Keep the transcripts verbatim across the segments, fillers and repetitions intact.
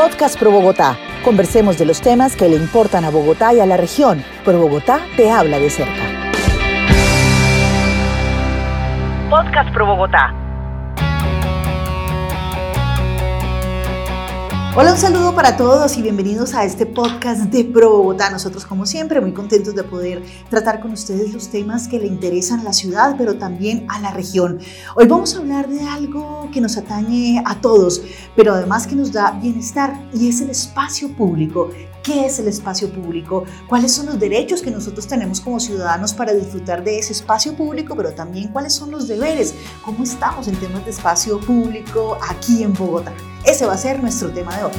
Podcast Pro Bogotá. Conversemos de los temas que le importan a Bogotá y a la región. Pro Bogotá te habla de cerca. Podcast Pro Bogotá. Hola, un saludo para todos y bienvenidos a este podcast de Pro Bogotá. Nosotros, como siempre, muy contentos de poder tratar con ustedes los temas que le interesan a la ciudad, pero también a la región. Hoy vamos a hablar de algo que nos atañe a todos, pero además que nos da bienestar, y es el espacio público. ¿Qué es el espacio público? ¿Cuáles son los derechos que nosotros tenemos como ciudadanos para disfrutar de ese espacio público? Pero también, ¿cuáles son los deberes? ¿Cómo estamos en temas de espacio público aquí en Bogotá? Ese va a ser nuestro tema de hoy.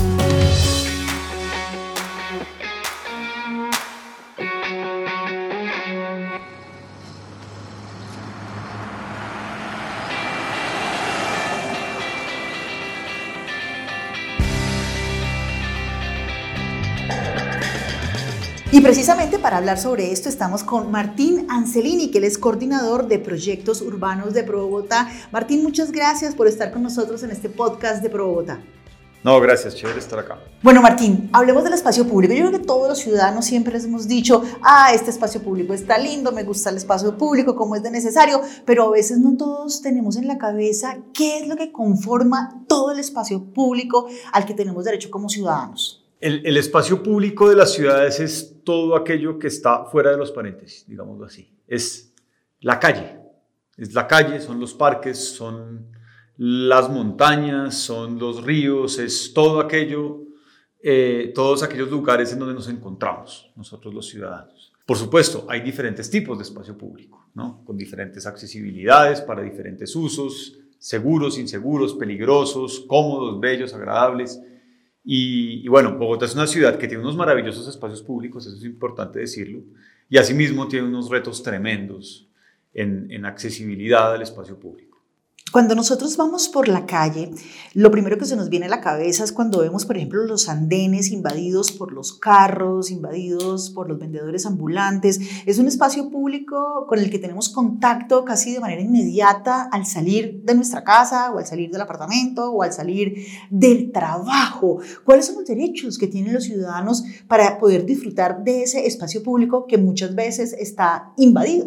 Y precisamente para hablar sobre esto estamos con Martín Ancelini, que él es coordinador de proyectos urbanos de Pro Bogotá. Martín, muchas gracias por estar con nosotros en este podcast de Pro Bogotá. No, gracias, chévere estar acá. Bueno, Martín, hablemos del espacio público. Yo creo que todos los ciudadanos siempre les hemos dicho, ah, este espacio público está lindo, me gusta el espacio público, como es de necesario, pero a veces no todos tenemos en la cabeza qué es lo que conforma todo el espacio público al que tenemos derecho como ciudadanos. El, el espacio público de las ciudades es todo aquello que está fuera de los paréntesis, digámoslo así. Es la calle, es la calle, son los parques, son las montañas, son los ríos, es todo aquello, eh, todos aquellos lugares en donde nos encontramos nosotros los ciudadanos. Por supuesto, hay diferentes tipos de espacio público, ¿no? Con diferentes accesibilidades para diferentes usos, seguros, inseguros, peligrosos, cómodos, bellos, agradables. Y, y bueno, Bogotá es una ciudad que tiene unos maravillosos espacios públicos, eso es importante decirlo, y asimismo tiene unos retos tremendos en, en accesibilidad al espacio público. Cuando nosotros vamos por la calle, lo primero que se nos viene a la cabeza es cuando vemos, por ejemplo, los andenes invadidos por los carros, invadidos por los vendedores ambulantes. Es un espacio público con el que tenemos contacto casi de manera inmediata al salir de nuestra casa o al salir del apartamento o al salir del trabajo. ¿Cuáles son los derechos que tienen los ciudadanos para poder disfrutar de ese espacio público que muchas veces está invadido?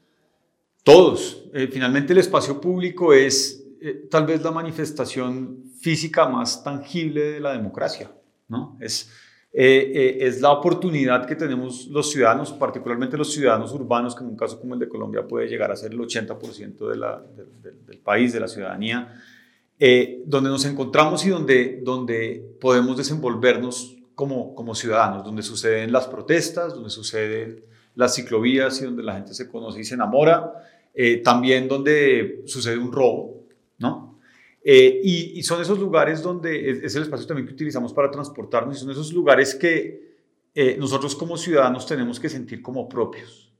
Todos. Eh, finalmente el espacio público es eh, tal vez la manifestación física más tangible de la democracia, ¿no? Es, eh, eh, es la oportunidad que tenemos los ciudadanos, particularmente los ciudadanos urbanos, que en un caso como el de Colombia puede llegar a ser el ochenta por ciento de la, de, de, del país, de la ciudadanía, eh, donde nos encontramos y donde, donde podemos desenvolvernos como, como ciudadanos, donde suceden las protestas, donde suceden las ciclovías y donde la gente se conoce y se enamora, eh, también donde sucede un robo, ¿no? Eh, y, y son esos lugares donde es, es el espacio también que utilizamos para transportarnos, y son esos lugares que eh, nosotros como ciudadanos tenemos que sentir como propios.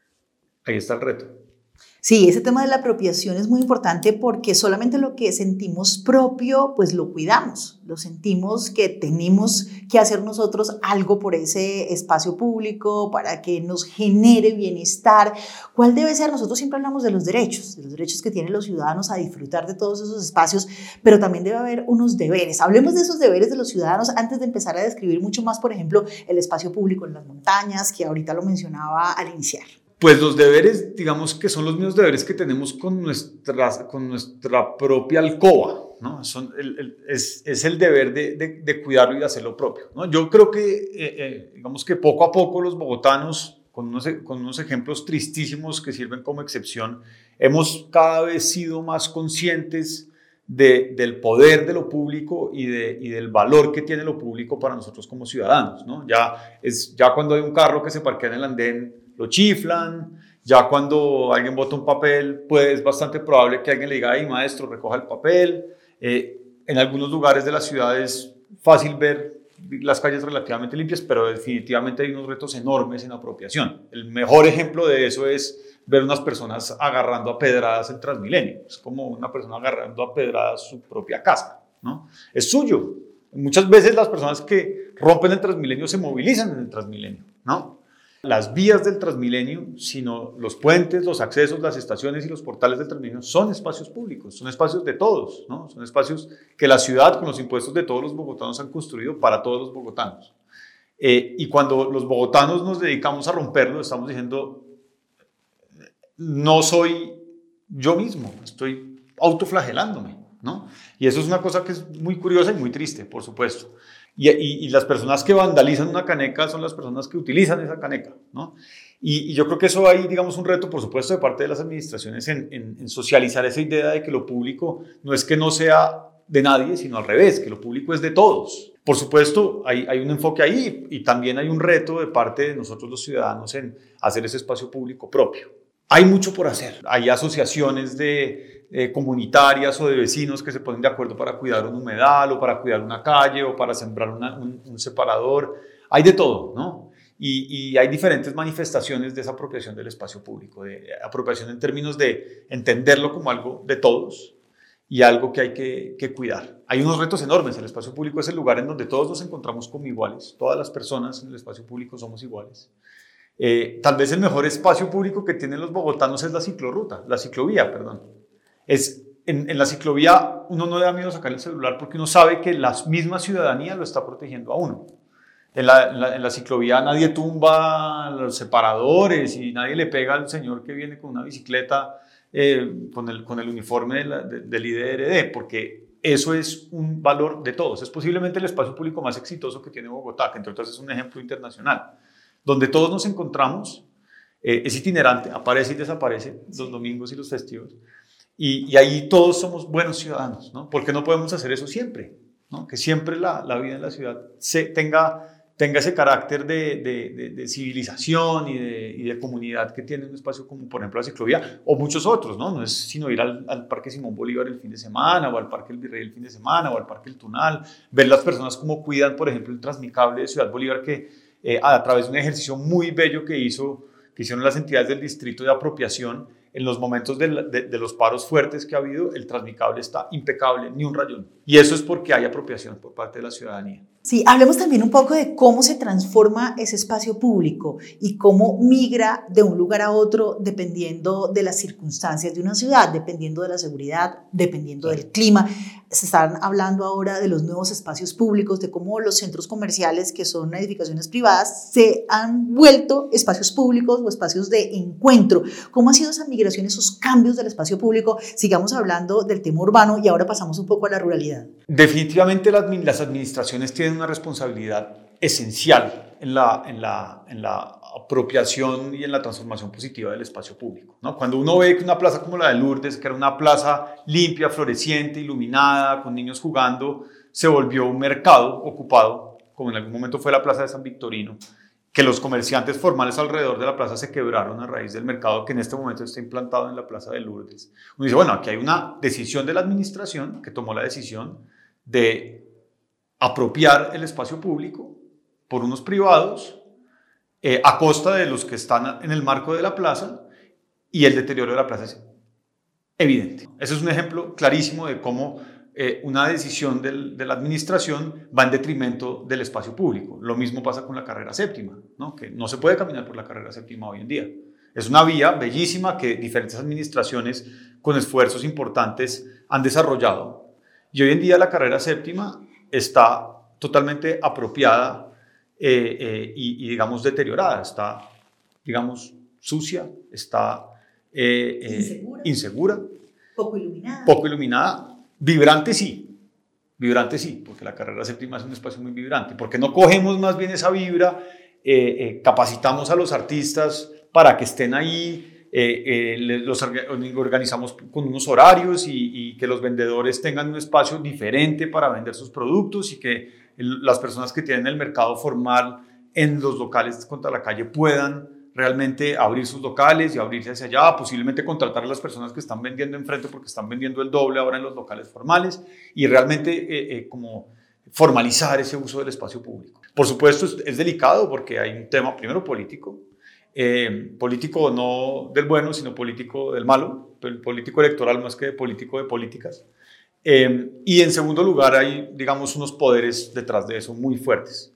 Ahí está el reto. Sí, ese tema de la apropiación es muy importante porque solamente lo que sentimos propio, pues lo cuidamos, lo sentimos que tenemos que hacer nosotros algo por ese espacio público para que nos genere bienestar. ¿Cuál debe ser? Nosotros siempre hablamos de los derechos, de los derechos que tienen los ciudadanos a disfrutar de todos esos espacios, pero también debe haber unos deberes. Hablemos de esos deberes de los ciudadanos antes de empezar a describir mucho más, por ejemplo, el espacio público en las montañas, que ahorita lo mencionaba al iniciar. Pues los deberes, digamos que son los mismos deberes que tenemos con nuestra, con nuestra propia alcoba, ¿no? Son el, el, es, es el deber de, de, de cuidarlo y de hacerlo propio, ¿no? Yo creo que, eh, eh, digamos que poco a poco los bogotanos, con unos, con unos ejemplos tristísimos que sirven como excepción, hemos cada vez sido más conscientes de, del poder de lo público y, de, y del valor que tiene lo público para nosotros como ciudadanos, ¿no? Ya, es, ya cuando hay un carro que se parquea en el andén, lo chiflan. Ya cuando alguien bota un papel, pues es bastante probable que alguien le diga, ay, maestro, recoja el papel. Eh, en algunos lugares de la ciudad es fácil ver las calles relativamente limpias, pero definitivamente hay unos retos enormes en apropiación. El mejor ejemplo de eso es ver unas personas agarrando a pedradas el Transmilenio. Es como una persona agarrando a pedradas su propia casa, ¿no? Es suyo. Muchas veces las personas que rompen el Transmilenio se movilizan en el Transmilenio, ¿no? Las vías del Transmilenio, sino los puentes, los accesos, las estaciones y los portales del Transmilenio son espacios públicos, son espacios de todos, ¿no? Son espacios que la ciudad con los impuestos de todos los bogotanos han construido para todos los bogotanos. Eh, y cuando los bogotanos nos dedicamos a romperlo, estamos diciendo, no soy yo mismo, estoy autoflagelándome, ¿no? Y eso es una cosa que es muy curiosa y muy triste, por supuesto. Y, y, y las personas que vandalizan una caneca son las personas que utilizan esa caneca, ¿no? Y, y yo creo que eso hay, digamos, un reto, por supuesto, de parte de las administraciones en, en, en socializar esa idea de que lo público no es que no sea de nadie, sino al revés, que lo público es de todos. Por supuesto, hay, hay un enfoque ahí y también hay un reto de parte de nosotros los ciudadanos en hacer ese espacio público propio. Hay mucho por hacer. Hay asociaciones de, eh, comunitarias o de vecinos que se ponen de acuerdo para cuidar un humedal o para cuidar una calle o para sembrar una, un, un separador. Hay de todo, ¿no? Y, y hay diferentes manifestaciones de esa apropiación del espacio público, de apropiación en términos de entenderlo como algo de todos y algo que hay que, que cuidar. Hay unos retos enormes. El espacio público es el lugar en donde todos nos encontramos como iguales. Todas las personas en el espacio público somos iguales. Eh, tal vez el mejor espacio público que tienen los bogotanos es la ciclorruta, la ciclovía, perdón. Es, en, en la ciclovía uno no le da miedo sacar el celular porque uno sabe que la misma ciudadanía lo está protegiendo a uno. En la, en la, en la ciclovía nadie tumba los separadores y nadie le pega al señor que viene con una bicicleta eh, con, el, con el uniforme de la, de, del I D R D, porque eso es un valor de todos. Es posiblemente el espacio público más exitoso que tiene Bogotá, que entre otras es un ejemplo internacional, donde todos nos encontramos, eh, es itinerante, aparece y desaparece los domingos y los festivos, y, y ahí todos somos buenos ciudadanos, ¿no? ¿Por qué no podemos hacer eso siempre? ¿No? Que siempre la, la vida en la ciudad se, tenga, tenga ese carácter de, de, de, de civilización y de, y de comunidad que tiene un espacio como, por ejemplo, la ciclovía, o muchos otros, ¿no? No es sino ir al, al Parque Simón Bolívar el fin de semana, o al Parque El Virrey el fin de semana, o al Parque El Tunal, ver las personas cómo cuidan, por ejemplo, el Transmicable de Ciudad Bolívar, que Eh, a través de un ejercicio muy bello que, hizo, que hicieron las entidades del distrito de apropiación en los momentos de, de, de los paros fuertes que ha habido, el Transmicable está impecable, ni un rayón. Y eso es porque hay apropiación por parte de la ciudadanía. Sí, hablemos también un poco de cómo se transforma ese espacio público y cómo migra de un lugar a otro dependiendo de las circunstancias de una ciudad, dependiendo de la seguridad, dependiendo Claro. del clima. Se están hablando ahora de los nuevos espacios públicos, de cómo los centros comerciales, que son edificaciones privadas, se han vuelto espacios públicos o espacios de encuentro. ¿Cómo ha sido esa migración, esos cambios del espacio público? Sigamos hablando del tema urbano y ahora pasamos un poco a la ruralidad. Definitivamente las, las administraciones tienen una responsabilidad esencial en la, en, la, en la apropiación y en la transformación positiva del espacio público, ¿no? Cuando uno ve que una plaza como la de Lourdes, que era una plaza limpia, floreciente, iluminada, con niños jugando, se volvió un mercado ocupado, como en algún momento fue la plaza de San Victorino, que los comerciantes formales alrededor de la plaza se quebraron a raíz del mercado que en este momento está implantado en la plaza de Lourdes. Uno dice, bueno, aquí hay una decisión de la administración que tomó la decisión de apropiar el espacio público por unos privados eh, a costa de los que están en el marco de la plaza, y el deterioro de la plaza es evidente. Ese es un ejemplo clarísimo de cómo eh, una decisión del, de la administración va en detrimento del espacio público. Lo mismo pasa con la carrera séptima, ¿no? Que no se puede caminar por la carrera séptima hoy en día. Es una vía bellísima que diferentes administraciones con esfuerzos importantes han desarrollado, y hoy en día la carrera séptima está totalmente apropiada eh, eh, y, y, digamos, deteriorada, está, digamos, sucia, está eh, eh, insegura. insegura, Poco iluminada. Poco iluminada, vibrante sí, vibrante sí, porque la carrera séptima es un espacio muy vibrante. ¿Por qué no cogemos más bien esa vibra, eh, eh, capacitamos a los artistas para que estén ahí, eh, eh, los organizamos con unos horarios y, y que los vendedores tengan un espacio diferente para vender sus productos, y que el, las personas que tienen el mercado formal en los locales contra la calle puedan realmente abrir sus locales y abrirse hacia allá, posiblemente contratar a las personas que están vendiendo enfrente porque están vendiendo el doble ahora en los locales formales, y realmente eh, eh, como formalizar ese uso del espacio público. Por supuesto es, es delicado porque hay un tema primero político, Eh, político no del bueno, sino político del malo, político electoral más que político de políticas. Eh, y en segundo lugar hay, digamos, unos poderes detrás de eso muy fuertes.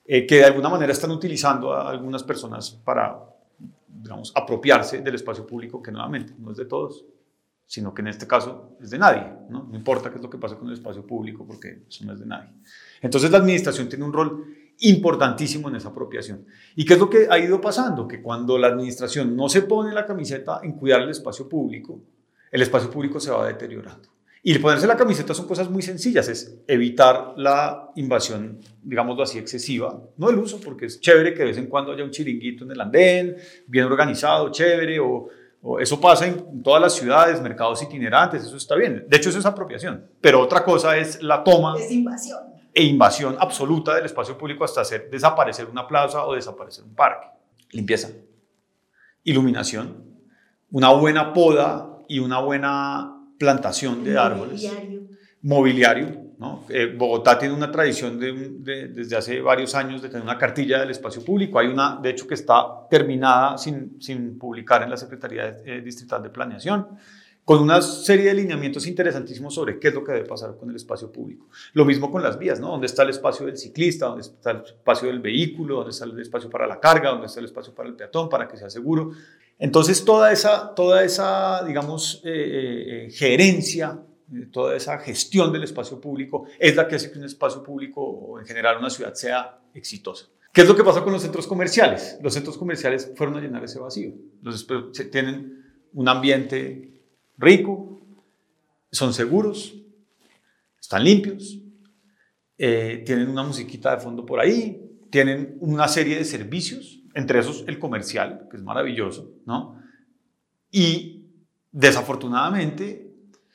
eh, que de alguna manera están utilizando a algunas personas para, digamos, apropiarse del espacio público, que nuevamente no es de todos, sino que en este caso es de nadie, ¿no? No importa qué es lo que pasa con el espacio público, porque eso no es de nadie. Entonces la administración tiene un rol importantísimo en esa apropiación. ¿Y qué es lo que ha ido pasando? Que cuando la administración no se pone la camiseta en cuidar el espacio público, el espacio público se va deteriorando. Y ponerse la camiseta son cosas muy sencillas, es evitar la invasión, digámoslo así, excesiva, no el uso, porque es chévere que de vez en cuando haya un chiringuito en el andén, bien organizado, chévere, o, o eso pasa en todas las ciudades, mercados itinerantes, eso está bien. De hecho, eso es apropiación. Pero otra cosa es la toma Es invasión. e invasión absoluta del espacio público hasta hacer desaparecer una plaza o desaparecer un parque. Limpieza, iluminación, una buena poda y una buena plantación de árboles, Mobiliario. mobiliario, ¿no? Eh, Bogotá tiene una tradición de, de, desde hace varios años de tener una cartilla del espacio público. Hay una, de hecho, que está terminada sin, sin publicar en la Secretaría eh, Distrital de Planeación, con una serie de lineamientos interesantísimos sobre qué es lo que debe pasar con el espacio público. Lo mismo con las vías, ¿no? ¿Dónde está el espacio del ciclista? ¿Dónde está el espacio del vehículo? ¿Dónde está el espacio para la carga? ¿Dónde está el espacio para el peatón? Para que sea seguro. Entonces, toda esa, toda esa digamos, eh, eh, gerencia, eh, toda esa gestión del espacio público es la que hace que un espacio público o en general una ciudad sea exitosa. ¿Qué es lo que pasa con los centros comerciales? Los centros comerciales fueron a llenar ese vacío. Los, tienen un ambiente rico, son seguros, están limpios, eh, tienen una musiquita de fondo por ahí, tienen una serie de servicios, entre esos el comercial, que es maravilloso, ¿no? Y desafortunadamente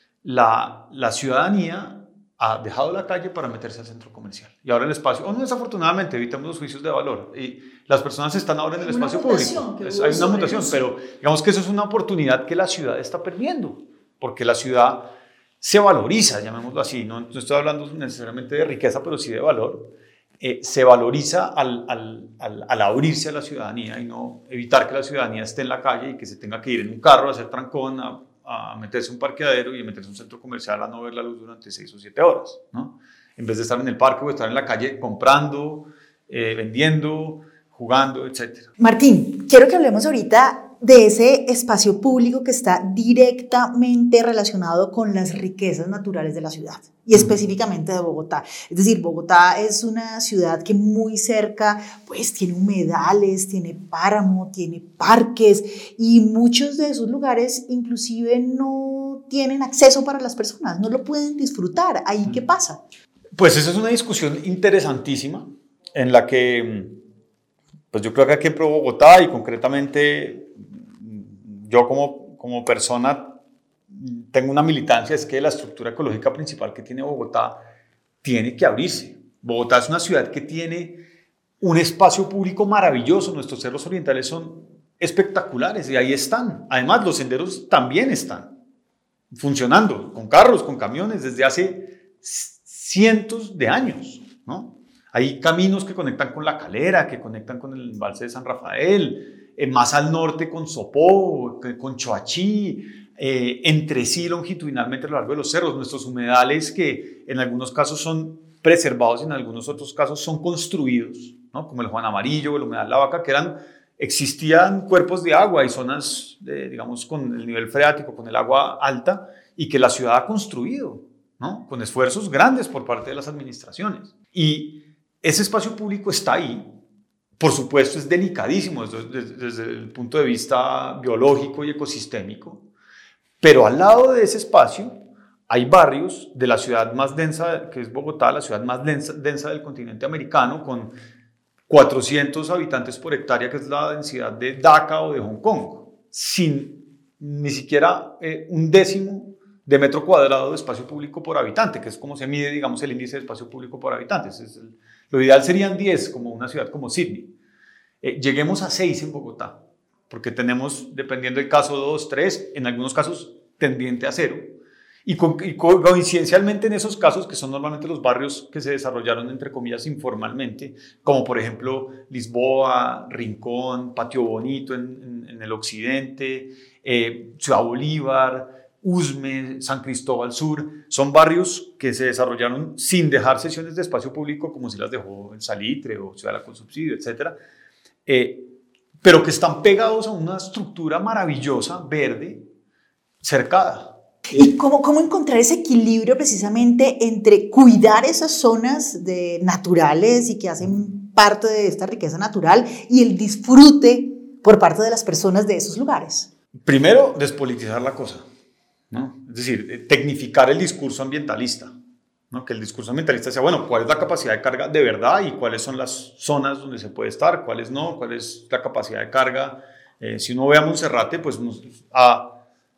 la, la ciudadanía ha dejado la calle para meterse al centro comercial. Y ahora el espacio, o no desafortunadamente, evitamos los juicios de valor. Y las personas están ahora en el espacio público. Es, hay una mutación, pero digamos que eso es una oportunidad que la ciudad está perdiendo, porque la ciudad se valoriza, llamémoslo así. No, no estoy hablando necesariamente de riqueza, pero sí de valor. Eh, se valoriza al, al, al, al abrirse a la ciudadanía y no evitar que la ciudadanía esté en la calle y que se tenga que ir en un carro a hacer trancón, a, a meterse en un parqueadero y a meterse en un centro comercial a no ver la luz durante seis o siete horas, ¿no? En vez de estar en el parque o estar en la calle comprando, eh, vendiendo, jugando, etcétera. Martín, quiero que hablemos ahorita de ese espacio público que está directamente relacionado con las riquezas naturales de la ciudad y específicamente de Bogotá. Es decir, Bogotá es una ciudad que muy cerca pues tiene humedales, tiene páramo, tiene parques y muchos de esos lugares inclusive no tienen acceso para las personas, no lo pueden disfrutar. ¿Ahí qué pasa? Pues esa es una discusión interesantísima en la que pues yo creo que aquí en Pro Bogotá y concretamente yo como, como persona tengo una militancia, es que la estructura ecológica principal que tiene Bogotá tiene que abrirse. Bogotá es una ciudad que tiene un espacio público maravilloso, nuestros cerros orientales son espectaculares y ahí están. Además, los senderos también están funcionando, con carros, con camiones, desde hace cientos de años, ¿no? Hay caminos que conectan con La Calera, que conectan con el embalse de San Rafael, eh, más al norte con Sopó, con Choachí, eh, entre sí longitudinalmente a lo largo de los cerros, nuestros humedales que en algunos casos son preservados y en algunos otros casos son construidos, ¿no? Como el Juan Amarillo, el humedal La Vaca, que eran, existían cuerpos de agua y zonas, de, digamos, con el nivel freático, con el agua alta, y que la ciudad ha construido, ¿no? Con esfuerzos grandes por parte de las administraciones. Y ese espacio público está ahí, por supuesto es delicadísimo desde, desde el punto de vista biológico y ecosistémico, pero al lado de ese espacio hay barrios de la ciudad más densa, que es Bogotá, la ciudad más densa, densa del continente americano, con cuatrocientos habitantes por hectárea, que es la densidad de Dhaka o de Hong Kong, sin ni siquiera eh, un décimo de metro cuadrado de espacio público por habitante, que es como se mide, digamos, el índice de espacio público por habitantes. Es el, lo ideal serían diez, como una ciudad como Sydney. Eh, lleguemos a seis en Bogotá, porque tenemos, dependiendo del caso, dos, tres, en algunos casos tendiente a cero. Y, co y co coincidencialmente en esos casos, que son normalmente los barrios que se desarrollaron, entre comillas, informalmente, como por ejemplo Lisboa, Rincón, Patio Bonito en, en, en el occidente, eh, Ciudad Bolívar, Usme, San Cristóbal Sur, son barrios que se desarrollaron sin dejar sesiones de espacio público como si las dejó el Salitre o Ciudadela con Subsidio, etcétera, eh, pero que están pegados a una estructura maravillosa, verde, cercada. ¿Y cómo, cómo encontrar ese equilibrio precisamente entre cuidar esas zonas de, naturales y que hacen parte de esta riqueza natural y el disfrute por parte de las personas de esos lugares? Primero, despolitizar la cosa, ¿no? Es decir, tecnificar el discurso ambientalista, ¿no? Que el discurso ambientalista sea, bueno, ¿cuál es la capacidad de carga de verdad y cuáles son las zonas donde se puede estar, cuáles no, cuál es la capacidad de carga? Eh, si uno ve a Monserrate, pues nos, a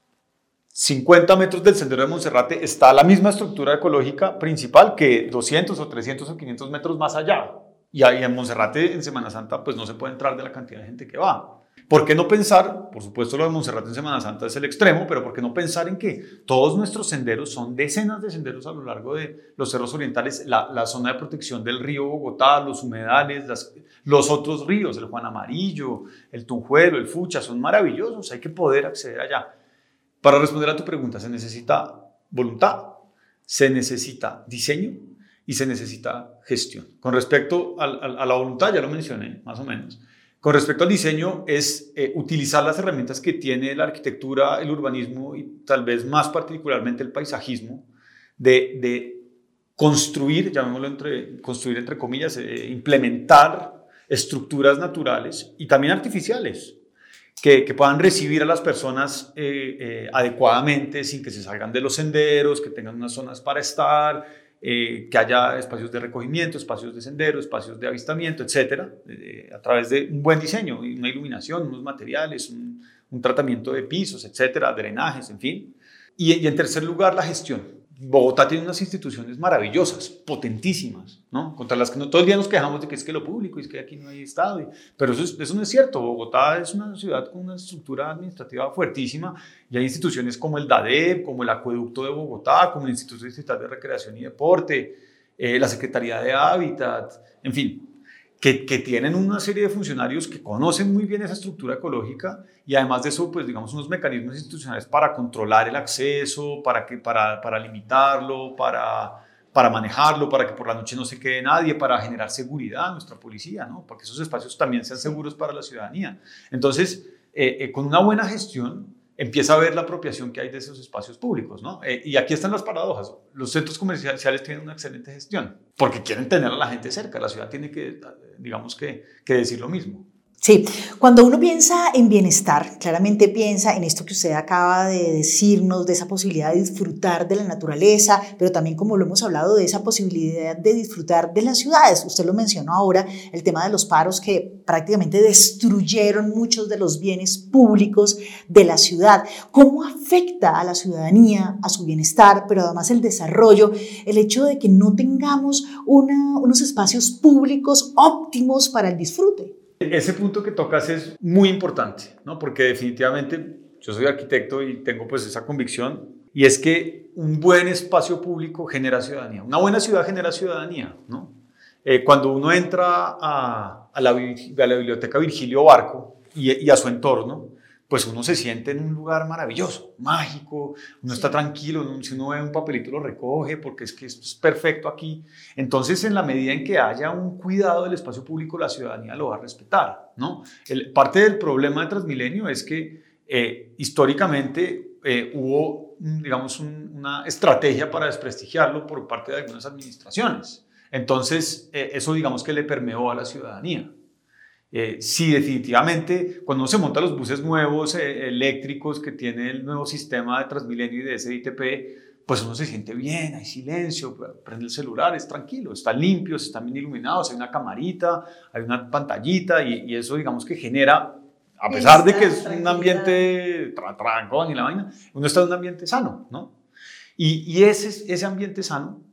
cincuenta metros del sendero de Monserrate está la misma estructura ecológica principal que doscientos o trescientos o quinientos metros más allá. Y ahí en Monserrate, en Semana Santa, pues no se puede entrar de la cantidad de gente que va. ¿Por qué no pensar? Por supuesto, lo de Monserrate en Semana Santa es el extremo, pero ¿por qué no pensar en que todos nuestros senderos son decenas de senderos a lo largo de los cerros orientales, la, la zona de protección del río Bogotá, los humedales, las, los otros ríos, el Juan Amarillo, el Tunjuelo, el Fucha, son maravillosos, hay que poder acceder allá. Para responder a tu pregunta, se necesita voluntad, se necesita diseño y se necesita gestión. Con respecto a, a, a la voluntad, ya lo mencioné más o menos. Con respecto al diseño, es eh, utilizar las herramientas que tiene la arquitectura, el urbanismo y tal vez más particularmente el paisajismo, de, de construir, llamémoslo entre, construir entre comillas, eh, implementar estructuras naturales y también artificiales, Que, que puedan recibir a las personas eh, eh, adecuadamente, sin que se salgan de los senderos, que tengan unas zonas para estar, eh, que haya espacios de recogimiento, espacios de sendero, espacios de avistamiento, etcétera, eh, a través de un buen diseño, una iluminación, unos materiales, un, un tratamiento de pisos, etcétera, drenajes, en fin. Y, y en tercer lugar, la gestión. Bogotá tiene unas instituciones maravillosas, potentísimas, ¿no? Contra las que no, todo el día nos quejamos de que es que lo público, y es que aquí no hay Estado, y, pero eso, es, eso no es cierto. Bogotá es una ciudad con una estructura administrativa fuertísima y hay instituciones como el DADEP, como el Acueducto de Bogotá, como el Instituto Distrital de Recreación y Deporte, eh, la Secretaría de Hábitat, en fin, que, que tienen una serie de funcionarios que conocen muy bien esa estructura ecológica y además de eso, pues digamos, unos mecanismos institucionales para controlar el acceso, para, que, para, para limitarlo, para, para manejarlo, para que por la noche no se quede nadie, para generar seguridad a nuestra policía, ¿no? Para que esos espacios también sean seguros para la ciudadanía. Entonces, eh, eh, con una buena gestión, empieza a ver la apropiación que hay de esos espacios públicos, ¿no? Eh, y aquí están las paradojas. Los centros comerciales tienen una excelente gestión porque quieren tener a la gente cerca. La ciudad tiene que, digamos, que, que decir lo mismo. Sí, cuando uno piensa en bienestar, claramente piensa en esto que usted acaba de decirnos, de esa posibilidad de disfrutar de la naturaleza, pero también, como lo hemos hablado, de esa posibilidad de disfrutar de las ciudades. Usted lo mencionó ahora, el tema de los paros que prácticamente destruyeron muchos de los bienes públicos de la ciudad. ¿Cómo afecta a la ciudadanía, a su bienestar, pero además el desarrollo, el hecho de que no tengamos una, unos espacios públicos óptimos para el disfrute? Ese punto que tocas es muy importante, ¿no? Porque definitivamente yo soy arquitecto y tengo pues esa convicción, y es que un buen espacio público genera ciudadanía. Una buena ciudad genera ciudadanía, ¿no? Eh, cuando uno entra a, a, la, a la biblioteca Virgilio Barco y, y a su entorno, pues uno se siente en un lugar maravilloso, mágico, uno está tranquilo, uno, si uno ve un papelito lo recoge porque es que esto es perfecto aquí. Entonces, en la medida en que haya un cuidado del espacio público, la ciudadanía lo va a respetar, ¿no? El, parte del problema de Transmilenio es que eh, históricamente eh, hubo, digamos, un, una estrategia para desprestigiarlo por parte de algunas administraciones. Entonces, eh, eso digamos que le permeó a la ciudadanía. Eh, sí, definitivamente, cuando uno se monta los buses nuevos eh, eléctricos que tiene el nuevo sistema de Transmilenio y de S I T P, pues uno se siente bien, hay silencio, prende el celular, es tranquilo, están limpios, están bien iluminados, hay una camarita, hay una pantallita y, y eso digamos que genera, a pesar de que es un ambiente trancón y la vaina, uno está en un ambiente sano, ¿no? Y, y ese, ese ambiente sano,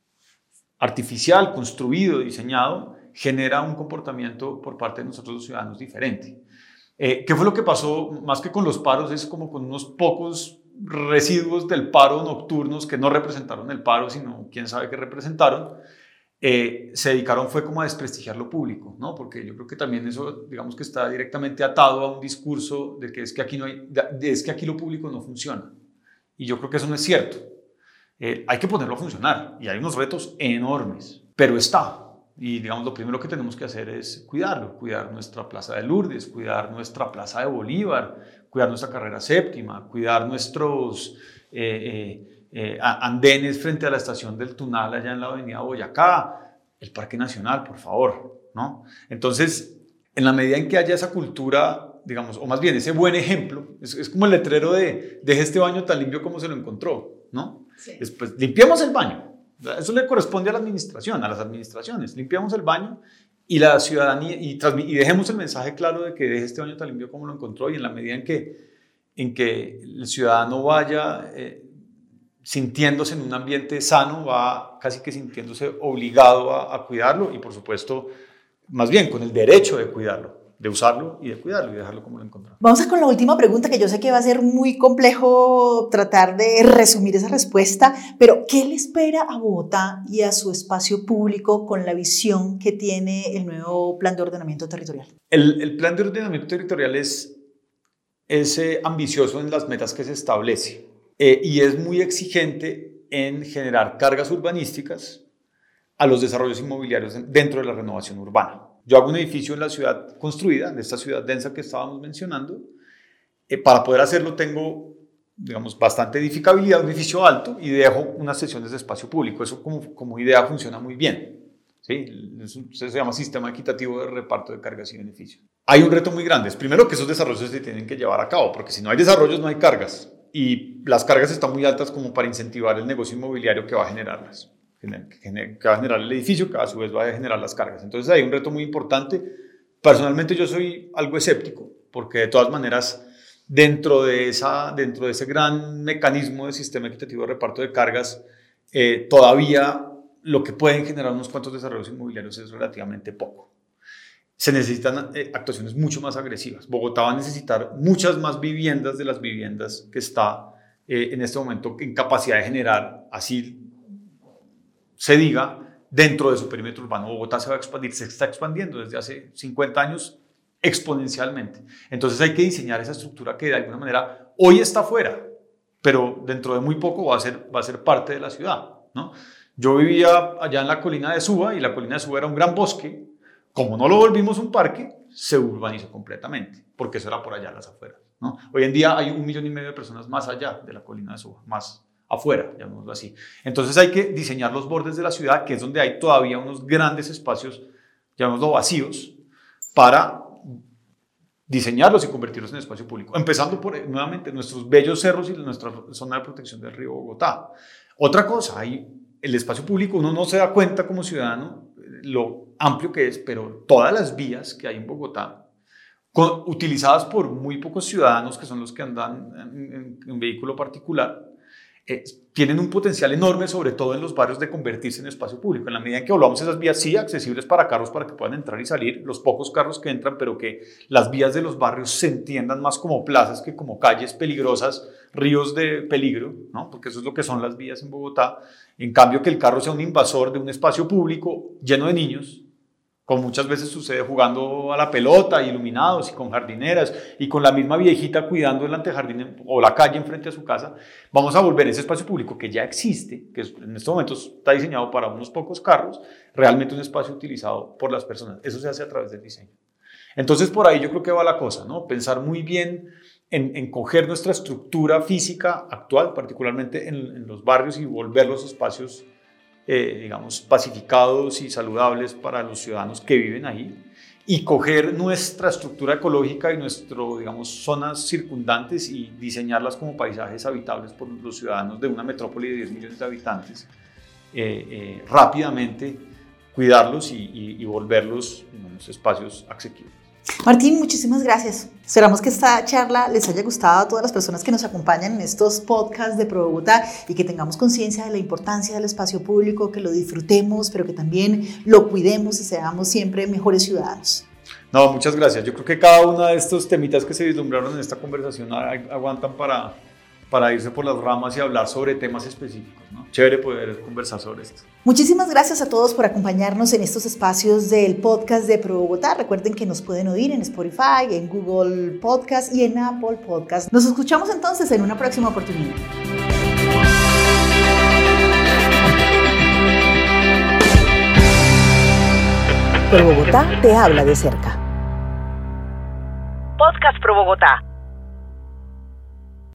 artificial, construido, diseñado, genera un comportamiento por parte de nosotros los ciudadanos diferente. Eh, ¿Qué fue lo que pasó? Más que con los paros, es como con unos pocos residuos del paro nocturnos que no representaron el paro, sino quién sabe qué representaron, eh, se dedicaron fue como a desprestigiar lo público, ¿no? Porque yo creo que también eso, digamos que está directamente atado a un discurso de que es que aquí, no hay, de, es que aquí lo público no funciona. Y yo creo que eso no es cierto. Eh, hay que ponerlo a funcionar y hay unos retos enormes, pero está. Y digamos, lo primero que tenemos que hacer es cuidarlo, cuidar nuestra Plaza de Lourdes, cuidar nuestra Plaza de Bolívar, cuidar nuestra carrera séptima, cuidar nuestros eh, eh, eh, andenes frente a la estación del Tunal allá en la avenida Boyacá, el Parque Nacional, por favor, ¿no? Entonces, en la medida en que haya esa cultura, digamos, o más bien ese buen ejemplo, es, es como el letrero de deje este baño tan limpio como se lo encontró, ¿no? Sí. Después, limpiemos el baño. Eso le corresponde a la administración, a las administraciones. Limpiamos el baño y la ciudadanía y, y dejemos el mensaje claro de que deje este baño tan limpio como lo encontró, y en la medida en que, en que el ciudadano vaya eh, sintiéndose en un ambiente sano, va casi que sintiéndose obligado a, a cuidarlo y por supuesto, más bien con el derecho de cuidarlo, de usarlo y de cuidarlo y dejarlo como lo encontramos. Vamos a con la última pregunta, que yo sé que va a ser muy complejo tratar de resumir esa respuesta, pero ¿qué le espera a Bogotá y a su espacio público con la visión que tiene el nuevo Plan de Ordenamiento Territorial? El, el Plan de Ordenamiento Territorial es, es eh, ambicioso en las metas que se establece eh, y es muy exigente en generar cargas urbanísticas a los desarrollos inmobiliarios dentro de la renovación urbana. Yo hago un edificio en la ciudad construida, en esta ciudad densa que estábamos mencionando. Eh, para poder hacerlo tengo, digamos, bastante edificabilidad, un edificio alto, y dejo unas secciones de espacio público. Eso como, como idea funciona muy bien. ¿Sí? Eso se llama sistema equitativo de reparto de cargas y beneficios. Hay un reto muy grande. Es primero que esos desarrollos se tienen que llevar a cabo, porque si no hay desarrollos no hay cargas. Y las cargas están muy altas como para incentivar el negocio inmobiliario que va a generarlas. Que va a generar el edificio, que a su vez va a generar las cargas. Entonces hay un reto muy importante. Personalmente yo soy algo escéptico, porque de todas maneras dentro de, esa, dentro de ese gran mecanismo de sistema equitativo de reparto de cargas, eh, todavía lo que pueden generar unos cuantos desarrollos inmobiliarios es relativamente poco. Se necesitan eh, actuaciones mucho más agresivas. Bogotá va a necesitar muchas más viviendas de las viviendas que está eh, en este momento en capacidad de generar, así se diga, dentro de su perímetro urbano. Bogotá se va a expandir, se está expandiendo desde hace cincuenta años exponencialmente. Entonces hay que diseñar esa estructura que de alguna manera hoy está fuera, pero dentro de muy poco va a ser, va a ser parte de la ciudad, ¿no? Yo vivía allá en la colina de Suba y la colina de Suba era un gran bosque. Como no lo volvimos un parque, se urbanizó completamente, porque eso era por allá, las afueras, ¿no? Hoy en día hay un millón y medio de personas más allá de la colina de Suba, más afuera, llamémoslo así. Entonces hay que diseñar los bordes de la ciudad, que es donde hay todavía unos grandes espacios, llamémoslo vacíos, para diseñarlos y convertirlos en espacio público. Empezando por, nuevamente, nuestros bellos cerros y nuestra zona de protección del río Bogotá. Otra cosa, hay el espacio público, uno no se da cuenta como ciudadano lo amplio que es, pero todas las vías que hay en Bogotá, con, utilizadas por muy pocos ciudadanos, que son los que andan en, en, en vehículo particular, Eh, tienen un potencial enorme, sobre todo en los barrios, de convertirse en espacio público. En la medida en que volvamos esas vías, sí, accesibles para carros, para que puedan entrar y salir, los pocos carros que entran, pero que las vías de los barrios se entiendan más como plazas que como calles peligrosas, ríos de peligro, ¿no? Porque eso es lo que son las vías en Bogotá. En cambio, que el carro sea un invasor de un espacio público lleno de niños, como muchas veces sucede, jugando a la pelota, iluminados y con jardineras y con la misma viejita cuidando el antejardín o la calle enfrente a su casa. Vamos a volver ese espacio público que ya existe, que en estos momentos está diseñado para unos pocos carros, realmente un espacio utilizado por las personas. Eso se hace a través del diseño. Entonces por ahí yo creo que va la cosa, ¿no? Pensar muy bien en, en coger nuestra estructura física actual, particularmente en, en los barrios, y volver los espacios Eh, digamos, pacificados y saludables para los ciudadanos que viven ahí, y coger nuestra estructura ecológica y nuestras, digamos, zonas circundantes y diseñarlas como paisajes habitables por los ciudadanos de una metrópoli de diez millones de habitantes, eh, eh, rápidamente cuidarlos y, y, y volverlos, digamos, espacios asequibles. Martín, muchísimas gracias. Esperamos que esta charla les haya gustado a todas las personas que nos acompañan en estos podcasts de Pro Bogotá, y que tengamos conciencia de la importancia del espacio público, que lo disfrutemos, pero que también lo cuidemos y seamos siempre mejores ciudadanos. No, muchas gracias. Yo creo que cada uno de estos temitas que se vislumbraron en esta conversación aguantan para, para irse por las ramas y hablar sobre temas específicos, ¿no? Chévere poder conversar sobre esto. Muchísimas gracias a todos por acompañarnos en estos espacios del podcast de Pro Bogotá. Recuerden que nos pueden oír en Spotify, en Google Podcast y en Apple Podcast. Nos escuchamos entonces en una próxima oportunidad. Pro Bogotá te habla de cerca. Podcast Pro Bogotá.